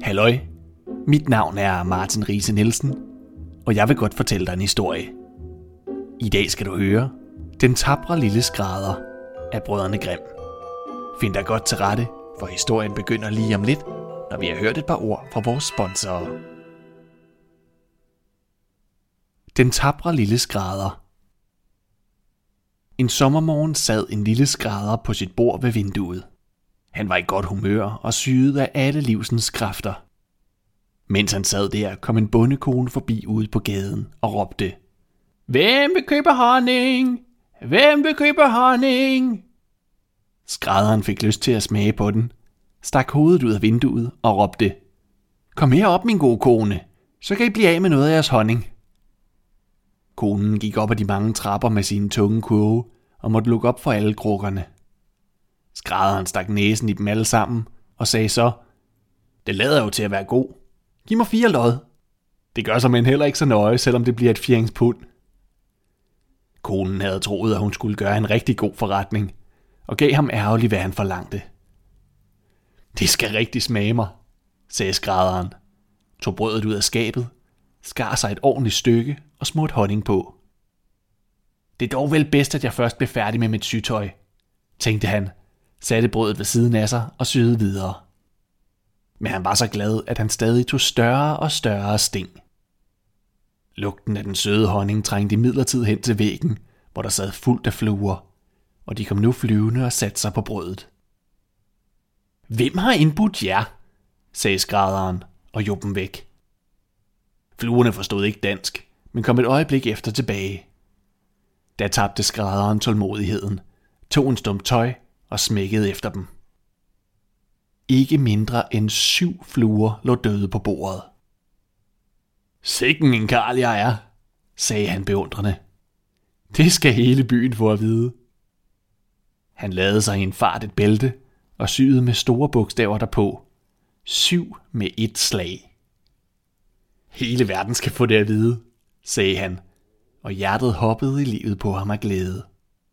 Halløj, mit navn er Martin Riise Nielsen, og jeg vil godt fortælle dig en historie. I dag skal du høre Den tapre lille skrædder af Brødrene Grimm. Find dig godt til rette, for historien begynder lige om lidt, når vi har hørt et par ord fra vores sponsorer. Den tapre lille skrædder. En sommermorgen sad en lille skrædder på sit bord ved vinduet. Han var i godt humør og syede af alle livsens kræfter. Mens han sad der, kom en bondekone forbi ude på gaden og råbte: "Hvem vil købe honning? Hvem vil købe honning?" Skrædderen fik lyst til at smage på den, stak hovedet ud af vinduet og råbte: "Kom herop, min gode kone, så kan I blive af med noget af jeres honning." Konen gik op ad de mange trapper med sine tunge kurve og måtte lukke op for alle krukkerne. Skrædderen stak næsen i dem alle sammen og sagde så: "Det lader jo til at være god. Giv mig 4 lod. Det gør sig men heller ikke så nøje, selvom det bliver et fjeringspund." Konen havde troet, at hun skulle gøre en rigtig god forretning, og gav ham ærgerligt, hvad han forlangte. "Det skal rigtig smage mig," sagde skrædderen, tog brødet ud af skabet, skar sig et ordentligt stykke og smurte honning på. "Det er dog vel bedst, at jeg først bliver færdig med mit sygtøj," tænkte han, satte brødet ved siden af sig og syede videre. Men han var så glad, at han stadig tog større og større sting. Lugten af den søde honning trængte imidlertid hen til væggen, hvor der sad fuldt af fluer, og de kom nu flyvende og satte sig på brødet. "Hvem har indbudt jer?" sagde skrædderen og jog dem væk. Fluerne forstod ikke dansk, men kom et øjeblik efter tilbage. Da tabte skrædderen tålmodigheden, tog en stump tøj og smækkede efter dem. Ikke mindre end 7 fluer lå døde på bordet. "Sikken en karl jeg er," sagde han beundrende. "Det skal hele byen få at vide." Han lavede sig i en fart et bælte og syede med store bogstaver derpå: 7 med 1 slag. "Hele verden skal få det at vide," sagde han, og hjertet hoppede i livet på ham af glæde.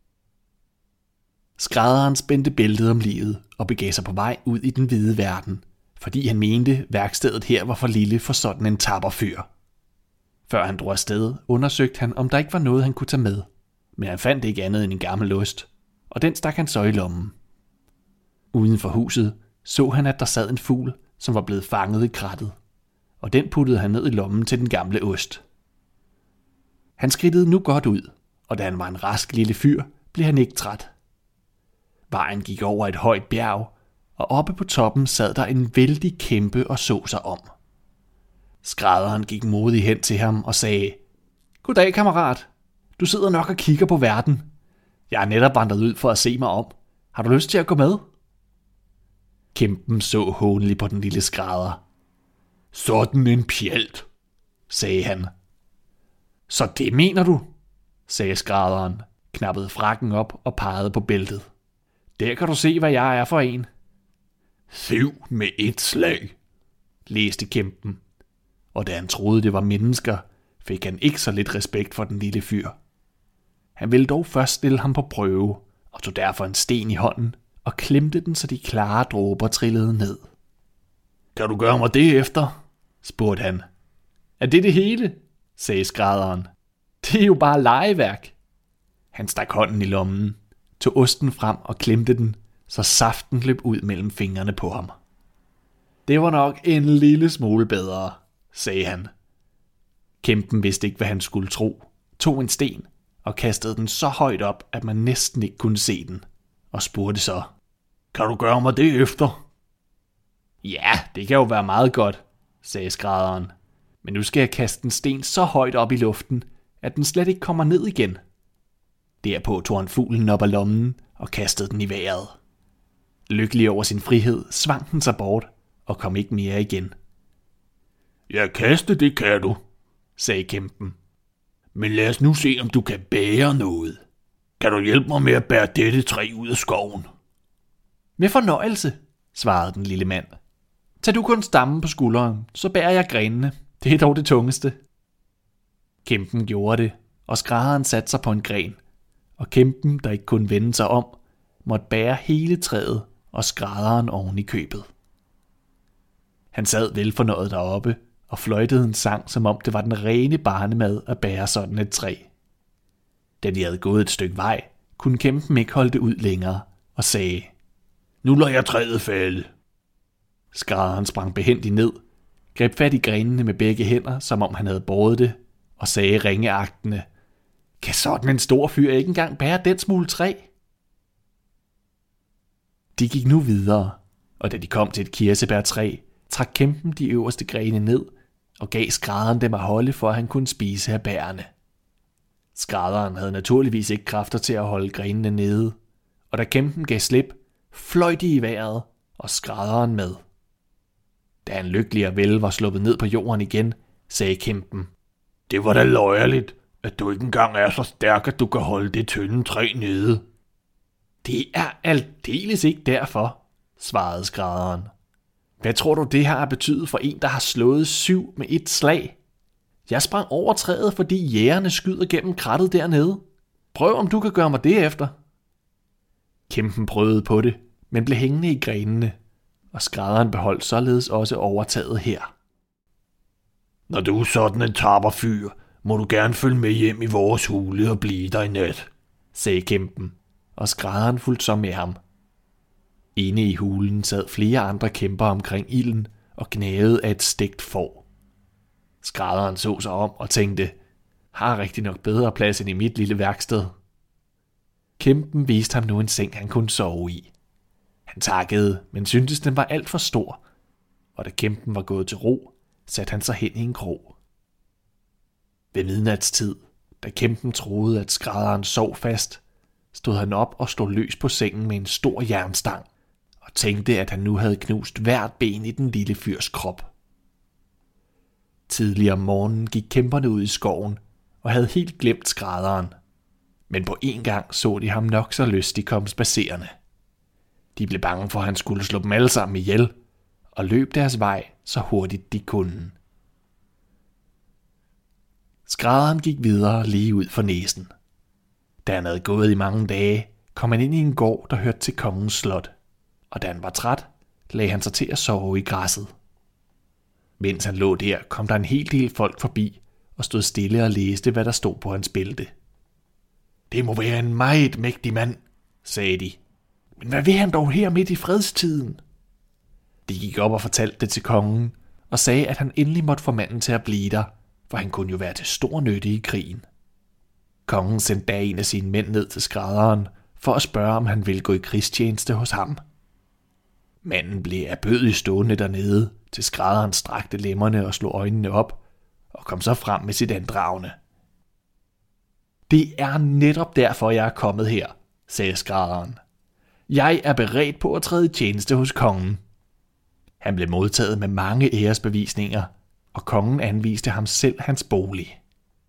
Skrædderen spændte bæltet om livet og begav sig på vej ud i den hvide verden, fordi han mente, værkstedet her var for lille for sådan en tapper fyr. Før han drog afsted, undersøgte han, om der ikke var noget, han kunne tage med, men han fandt ikke andet end en gammel ost, og den stak han så i lommen. Uden for huset så han, at der sad en fugl, som var blevet fanget i krattet, og den puttede han ned i lommen til den gamle ost. Han skridtede nu godt ud, og da han var en rask lille fyr, blev han ikke træt. Vejen gik over et højt bjerg, og oppe på toppen sad der en vældig kæmpe og så sig om. Skrædderen gik modigt hen til ham og sagde: "Goddag, kammerat. Du sidder nok og kigger på verden. Jeg er netop vandret ud for at se mig om. Har du lyst til at gå med?" Kæmpen så hånligt på den lille skrædder. "Sådan en pjalt," sagde han. "Så det mener du?" sagde skrædderen, knappede frakken op og pegede på bæltet. "Der kan du se, hvad jeg er for en." 7 med 1 slag, læste kæmpen, og da han troede, det var mennesker, fik han ikke så lidt respekt for den lille fyr. Han ville dog først stille ham på prøve, og tog derfor en sten i hånden og klemte den, så de klare dråber trillede ned. "Kan du gøre mig det efter?" spurgte han. "Er det det hele?" sagde skrædderen. "Det er jo bare legeværk." Han stak hånden i lommen, tog osten frem og klemte den, så saften løb ud mellem fingrene på ham. "Det var nok en lille smule bedre," sagde han. Kæmpen vidste ikke, hvad han skulle tro, tog en sten og kastede den så højt op, at man næsten ikke kunne se den, og spurgte så: "Kan du gøre mig det efter?" "Ja, det kan jo være meget godt," sagde skrædderen. "Men nu skal jeg kaste en sten så højt op i luften, at den slet ikke kommer ned igen." Derpå tog han fuglen op af lommen og kastede den i vejret. Lykkelig over sin frihed svang den sig bort og kom ikke mere igen. "Ja, kaste det kan du," sagde kæmpen. "Men lad os nu se, om du kan bære noget. Kan du hjælpe mig med at bære dette træ ud af skoven?" "Med fornøjelse," svarede den lille mand. "Tag du kun stammen på skulderen, så bærer jeg grenene. Det er dog det tungeste." Kæmpen gjorde det, og skrædderen satte sig på en gren, og kæmpen, der ikke kunne vende sig om, måtte bære hele træet og skrædderen oven i købet. Han sad velfornøjet deroppe og fløjtede en sang, som om det var den rene barnemad at bære sådan et træ. Da de havde gået et stykke vej, kunne kæmpen ikke holde det ud længere og sagde, nu lader jeg træet falde. Skrædderen sprang behændigt ned, greb fat i grenene med begge hænder, som om han havde båret det, og sagde ringeagtende, kan sådan en stor fyr ikke engang bære den smule træ? De gik nu videre, og da de kom til et kirsebærtræ, trak kæmpen de øverste grene ned og gav skrædderen dem at holde, for at han kunne spise af bærene. Skrædderen havde naturligvis ikke kræfter til at holde grenene nede, og da kæmpen gav slip, fløj de i vejret og skrædderen med. Da han lykkelig og vel var sluppet ned på jorden igen, sagde kæmpen, det var da løjerligt, at du ikke engang er så stærk, at du kan holde det tynde træ nede. Det er aldeles ikke derfor, svarede skrædderen. Hvad tror du, det har betydet for en, der har slået 7 med et slag? Jeg sprang over træet, fordi jægerne skyder gennem krattet dernede. Prøv, om du kan gøre mig det efter. Kæmpen prøvede på det, men blev hængende i grenene, og skrædderen beholdt således også overtaget her. Når du er sådan en tapperfyr, må du gerne følge med hjem i vores hule og blive der i nat, sagde kæmpen, og skrædderen fulgte så med ham. Inde i hulen sad flere andre kæmper omkring ilden og gnavede af et stegt får. Skrædderen så sig om og tænkte, har rigtig nok bedre plads end i mit lille værksted. Kæmpen viste ham nu en seng, han kunne sove i. Han takkede, men syntes den var alt for stor, og da kæmpen var gået til ro, satte han sig hen i en krog. Ved midnatstid, da kæmpen troede, at skrædderen sov fast, stod han op og stod løs på sengen med en stor jernstang, og tænkte, at han nu havde knust hvert ben i den lille fyrs krop. Tidligere om morgenen gik kæmperne ud i skoven og havde helt glemt skrædderen, men på en gang så de ham nok så lystig komme spadserende. De blev bange for, at han skulle slå dem alle sammen ihjel, og løb deres vej så hurtigt de kunne. Skrædderen gik videre lige ud for næsen. Da han havde gået i mange dage, kom han ind i en gård, der hørte til kongens slot, og da han var træt, lagde han sig til at sove i græsset. Mens han lå der, kom der en hel del folk forbi og stod stille og læste, hvad der stod på hans bælte. Det må være en meget mægtig mand, sagde de. Men hvad vil han dog her midt i fredstiden? De gik op og fortalte det til kongen og sagde, at han endelig måtte få manden til at blive der, for han kunne jo være til stor nytte i krigen. Kongen sendte da en af sine mænd ned til skrædderen for at spørge, om han ville gå i krigstjeneste hos ham. Manden blev ærbødig stående dernede, til skrædderen strakte lemmerne og slog øjnene op, og kom så frem med sit andragende. Det er netop derfor, jeg er kommet her, sagde skrædderen. Jeg er beredt på at træde i tjeneste hos kongen. Han blev modtaget med mange æresbevisninger, og kongen anviste ham selv hans bolig.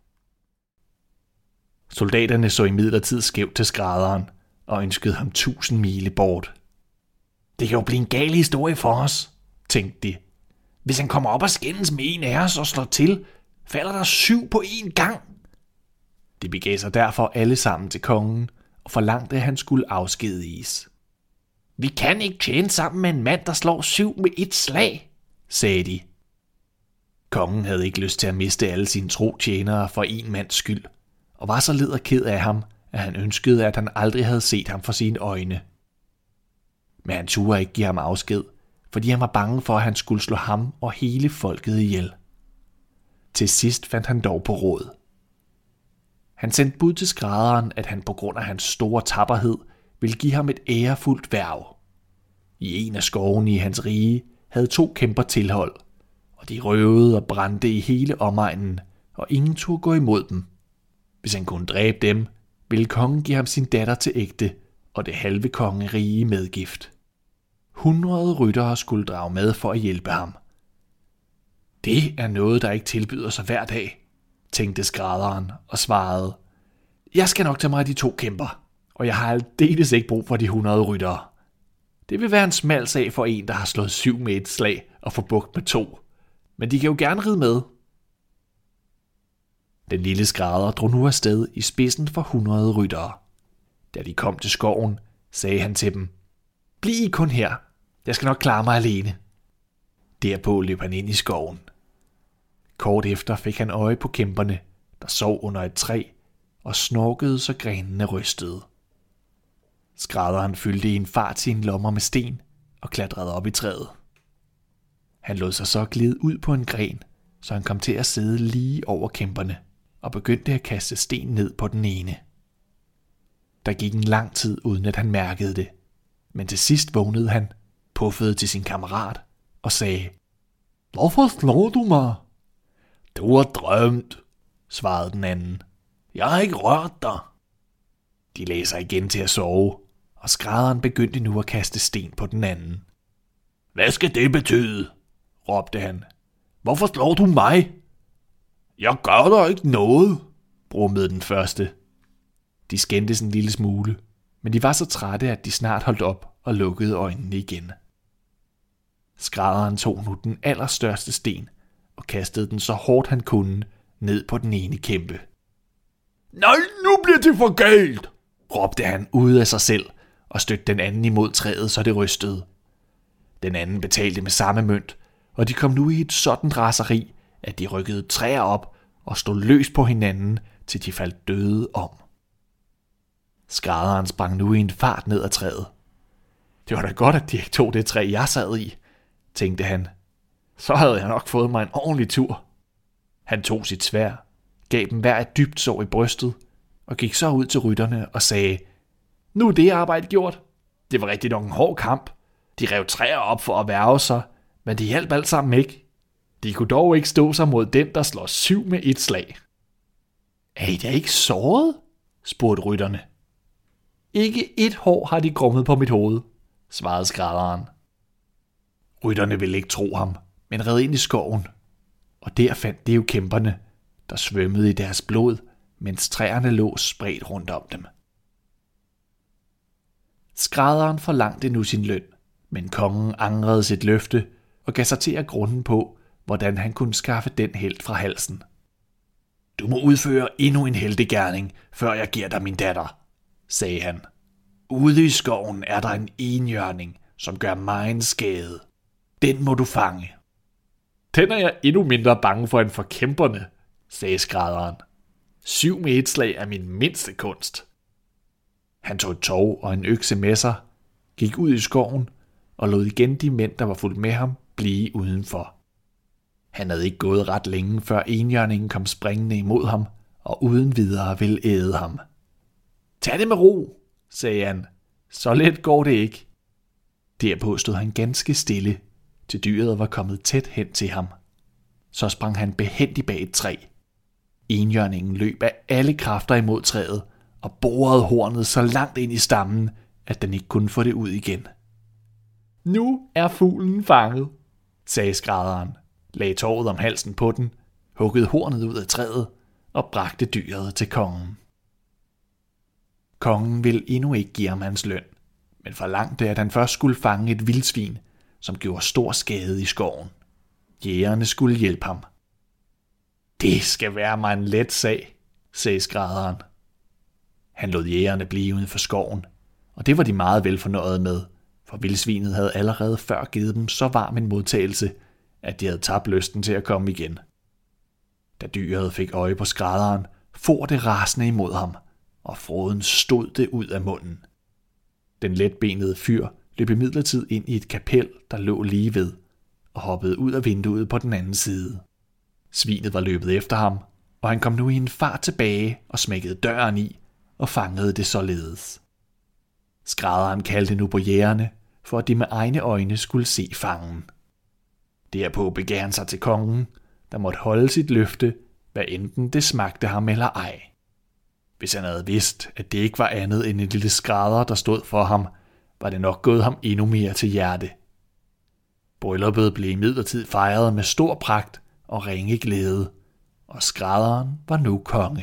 Soldaterne så imidlertid skævt til skrædderen og ønskede ham 1000 mile bort. Det kan jo blive en gal historie for os, tænkte de. Hvis han kommer op og skændes med en af os og slår til, falder der 7 på én gang. De begav sig derfor alle sammen til kongen og forlangte, at han skulle afskediges. Vi kan ikke tjene sammen med en mand, der slår 7 med et slag, sagde de. Kongen havde ikke lyst til at miste alle sine tro tjenere for en mands skyld, og var så led og ked af ham, at han ønskede, at han aldrig havde set ham for sine øjne. Men han turde ikke give ham afsked, fordi han var bange for, at han skulle slå ham og hele folket ihjel. Til sidst fandt han dog på råd. Han sendte bud til skrædderen, at han på grund af hans store tapperhed ville give ham et ærefuldt hverv. I en af skovene i hans rige havde 2 kæmper tilhold, og de røvede og brændte i hele omegnen, og ingen turde gå imod dem. Hvis han kunne dræbe dem, ville kongen give ham sin datter til ægte, og det halve kongerige medgift. 100 ryttere skulle drage med for at hjælpe ham. Det er noget, der ikke tilbyder sig hver dag, tænkte skrædderen og svarede. Jeg skal nok tage mig af de 2 kæmper, og jeg har aldeles ikke brug for de 100 ryttere. Det vil være en smal sag for en, der har slået 7 med et slag og få bugt med 2. Men de kan jo gerne ride med. Den lille skrædder drog nu afsted i spidsen for 100 ryttere. Da de kom til skoven, sagde han til dem. Bliv I kun her. Jeg skal nok klare mig alene. Derpå løb han ind i skoven. Kort efter fik han øje på kæmperne, der sov under et træ og snorkede, så grenene rystede. Skrædderen fyldte i en fart sine lommer med sten og klatrede op i træet. Han lod sig så glide ud på en gren, så han kom til at sidde lige over kæmperne og begyndte at kaste sten ned på den ene. Der gik en lang tid, uden at han mærkede det, men til sidst vågnede han, puffede til sin kammerat og sagde: "Hvorfor slår du mig?" "Du har drømt," svarede den anden. "Jeg har ikke rørt dig." De lagde sig igen til at sove, og skrædderen begyndte nu at kaste sten på den anden. "Hvad skal det betyde?" råbte han. "Hvorfor slår du mig?" "Jeg gør dig ikke noget," brummede den første. De skændtes en lille smule, men de var så trætte, at de snart holdt op og lukkede øjnene igen. Skrædderen tog nu den allerstørste sten og kastede den så hårdt han kunne ned på den ene kæmpe. "Nej, nu bliver det for galt!" råbte han ude af sig selv og stødte den anden imod træet, så det rystede. Den anden betalte med samme mønt, og de kom nu i et sådan raseri, at de rykkede træer op og stod løs på hinanden, til de faldt døde om. Skrædderen sprang nu i en fart ned ad træet. "Det var da godt, at de ikke tog det træ, jeg sad i," tænkte han. "Så havde jeg nok fået mig en ordentlig tur." Han tog sit sværd, gav dem hver et dybt sår i brystet, og gik så ud til rytterne og sagde: "Nu er det arbejde gjort. Det var rigtig nok en hård kamp. De rev træer op for at værge sig, men det hjalp alt sammen ikke. De kunne dog ikke stå sig mod den, der slår 7 med et slag." "Er I da ikke såret?" spurgte rytterne. "Ikke et hår har de grummet på mit hoved," svarede skrædderen. Rytterne ville ikke tro ham, men red ind i skoven, og der fandt de jo kæmperne, der svømmede i deres blod, mens træerne lå spredt rundt om dem. Skrædderen forlangte nu sin løn, men kongen angrede sit løfte og gav sig til at grunde på, hvordan han kunne skaffe den helt fra halsen. "Du må udføre endnu en heltegerning, før jeg giver dig min datter," sagde han. "Ude i skoven er der en enhjørning, som gør mig en skade. Den må du fange." "Den er jeg endnu mindre bange for end for kæmperne," sagde skrædderen. 7 med et slag er min mindste kunst." Han tog et tov og en økse med sig, gik ud i skoven og lod igen de mænd, der var fulgt med ham, blive udenfor. Han havde ikke gået ret længe, før enhjørningen kom springende imod ham og uden videre ville æde ham. "Tag det med ro," sagde han. "Så let går det ikke." Derpå stod han ganske stille, til dyret var kommet tæt hen til ham. Så sprang han behændigt bag et træ. Enhjørningen løb af alle kræfter imod træet og borede hornet så langt ind i stammen, at den ikke kunne få det ud igen. "Nu er fuglen fanget," sagde skrædderen, lagde tovet om halsen på den, huggede hornet ud af træet og bragte dyret til kongen. Kongen ville endnu ikke give ham hans løn, men forlangte, at han først skulle fange et vildsvin, som gjorde stor skade i skoven. Jægerne skulle hjælpe ham. "Det skal være mig en let sag," sagde skrædderen. Han lod jægerne blive uden for skoven, og det var de meget velfornøjede med, for vildsvinet havde allerede før givet dem så varm en modtagelse, at de havde tabt lysten til at komme igen. Da dyret fik øje på skrædderen, for det rasende imod ham, og fråden stod det ud af munden. Den letbenede fyr løb imidlertid ind i et kapel, der lå lige ved, og hoppede ud af vinduet på den anden side. Svinet var løbet efter ham, og han kom nu i en fart tilbage og smækkede døren i og fangede det således. Skrædderen kaldte nu på jægerne, for at de med egne øjne skulle se fangen. Derpå begav han sig til kongen, der måtte holde sit løfte, hvad enten det smagte ham eller ej. Hvis han havde vidst, at det ikke var andet end en lille skrædder, der stod for ham, var det nok gået ham endnu mere til hjerte. Brylluppet blev imidlertid fejret med stor pragt og ringe glæde, og skrædderen var nu konge.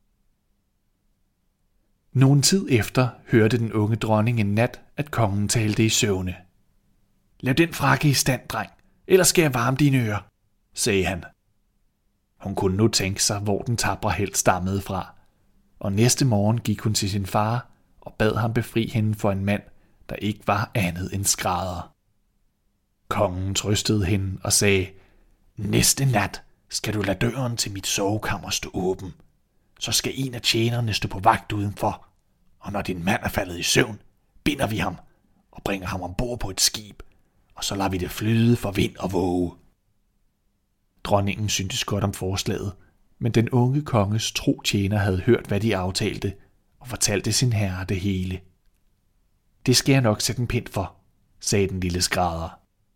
Nogen tid efter hørte den unge dronning en nat, at kongen talte i søvne. "Lav den frakke i stand, dreng, ellers skal jeg varme dine ører," sagde han. Hun kunne nu tænke sig, hvor den tapre helt stammede fra, og næste morgen gik hun til sin far og bad ham befri hende for en mand, der ikke var andet end skrædder. Kongen trøstede hende og sagde, næste nat skal du lade døren til mit sovekammer stå åben. Så skal en af tjenerne stå på vagt udenfor, og når din mand er faldet i søvn, binder vi ham og bringer ham ombord på et skib, og så lader vi det flyde for vind og våge. Dronningen syntes godt om forslaget, men den unge konges tro tjener havde hørt, hvad de aftalte, og fortalte sin herre det hele. Det skal jeg nok sætte en pind for, sagde den lille skrædder.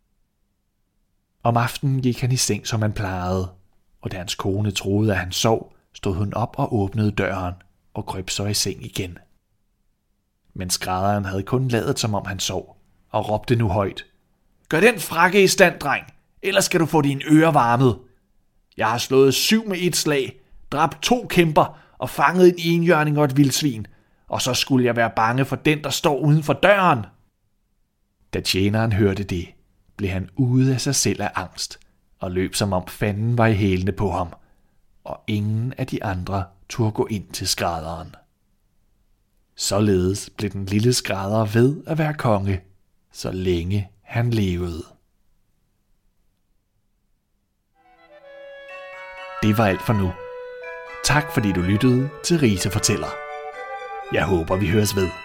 Om aftenen gik han i seng, som han plejede, og da hans kone troede, at han sov, stod hun op og åbnede døren og kryb så i seng igen. Men skrædderen havde kun ladet, som om han sov, og råbte nu højt. Gør den frakke i stand, dreng, ellers skal du få dine ører varmet. Jeg har slået 7 med et slag, dræbt 2 kæmper og fanget en enhjørning og et vildsvin, og så skulle jeg være bange for den, der står uden for døren. Da tjeneren hørte det, blev han ude af sig selv af angst og løb, som om fanden var i hælene på ham, og ingen af de andre turde gå ind til skrædderen. Således blev den lille skrædder ved at være konge, så længe han levede. Det var alt for nu. Tak fordi du lyttede til Rise Fortæller. Jeg håber, vi høres ved.